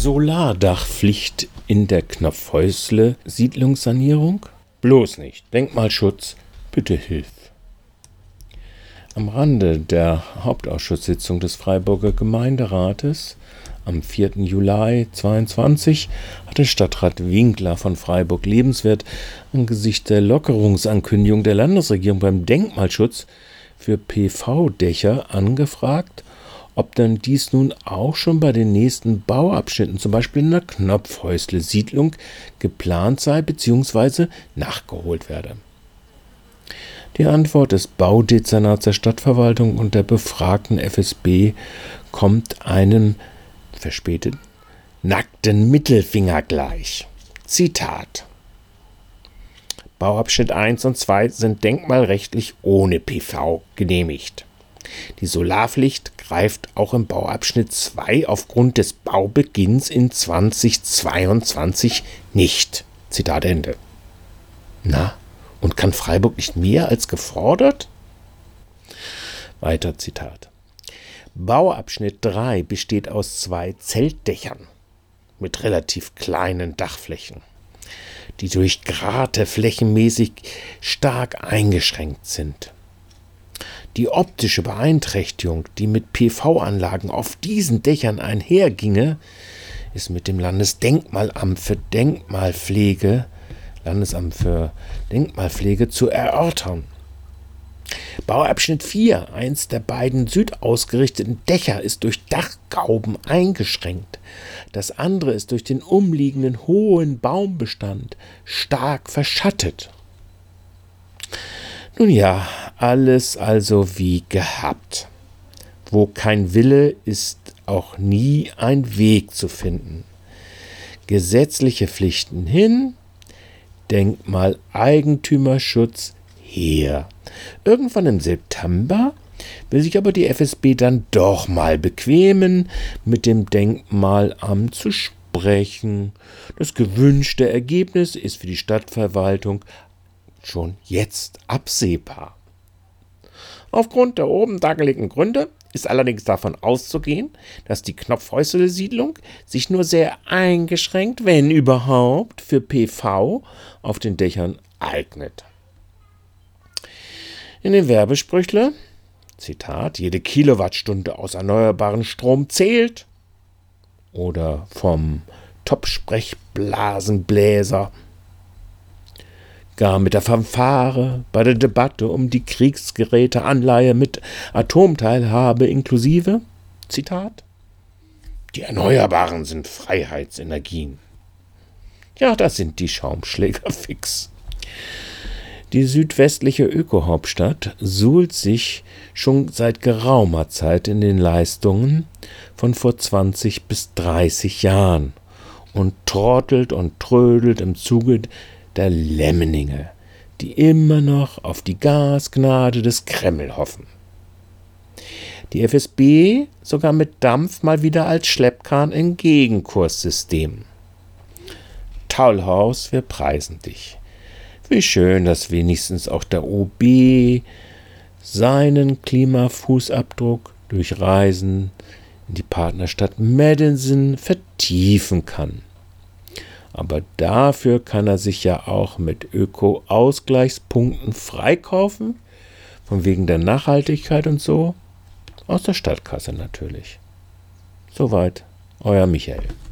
Solardachpflicht in der Knopfhäusle-Siedlungssanierung? Bloß nicht. Denkmalschutz, bitte hilf. Am Rande der Hauptausschusssitzung des Freiburger Gemeinderates am 4. Juli 2022 hatte Stadtrat Winkler von Freiburg lebenswert angesichts der Lockerungsankündigung der Landesregierung beim Denkmalschutz für PV-Dächer angefragt, ob denn dies nun auch schon bei den nächsten Bauabschnitten, zum Beispiel in der Knopfhäusle-Siedlung, geplant sei bzw. nachgeholt werde. Die Antwort des Baudezernats der Stadtverwaltung und der befragten FSB kommt einem verspäteten nackten Mittelfinger gleich. Zitat: Bauabschnitt 1 und 2 sind denkmalrechtlich ohne PV genehmigt. Die Solarpflicht greift auch im Bauabschnitt 2 aufgrund des Baubeginns in 2022 nicht. Zitat Ende. Na, und kann Freiburg nicht mehr als gefordert? Weiter Zitat. Bauabschnitt 3 besteht aus 2 Zeltdächern mit relativ kleinen Dachflächen, die durch Grate flächenmäßig stark eingeschränkt sind. Die optische Beeinträchtigung, die mit PV-Anlagen auf diesen Dächern einherginge, ist mit dem Landesdenkmalamt für Denkmalpflege zu erörtern. Bauabschnitt 4, eins der beiden südausgerichteten Dächer, ist durch Dachgauben eingeschränkt. Das andere ist durch den umliegenden hohen Baumbestand stark verschattet. Nun ja, alles also wie gehabt. Wo kein Wille ist auch nie ein Weg zu finden. Gesetzliche Pflichten hin, Denkmaleigentümerschutz her. Irgendwann im September will sich aber die FSB dann doch mal bequemen, mit dem Denkmalamt zu sprechen. Das gewünschte Ergebnis ist für die Stadtverwaltung schon jetzt absehbar. Aufgrund der oben dargelegten Gründe ist allerdings davon auszugehen, dass die Knopfhäusle-Siedlung sich nur sehr eingeschränkt, wenn überhaupt, für PV auf den Dächern eignet. In den Werbesprüchle, Zitat, jede Kilowattstunde aus erneuerbaren Strom zählt, oder vom Top-Sprechblasenbläser, gar mit der Fanfare bei der Debatte um die Kriegsgeräteanleihe mit Atomteilhabe inklusive, Zitat, die Erneuerbaren sind Freiheitsenergien. Ja, da sind die Schaumschläger fix. Die südwestliche Ökohauptstadt suhlt sich schon seit geraumer Zeit in den Leistungen von vor 20 bis 30 Jahren und trottelt und trödelt im Zuge der Lemmenlinge, die immer noch auf die Gasgnade des Kreml hoffen. Die FSB sogar mit Dampf mal wieder als Schleppkahn im Gegenkurssystem. Tollhaus, wir preisen dich. Wie schön, dass wenigstens auch der OB seinen Klimafußabdruck durch Reisen in die Partnerstadt Madison vertiefen kann. Aber dafür kann er sich ja auch mit Öko-Ausgleichspunkten freikaufen, von wegen der Nachhaltigkeit und so, aus der Stadtkasse natürlich. Soweit, euer Michael.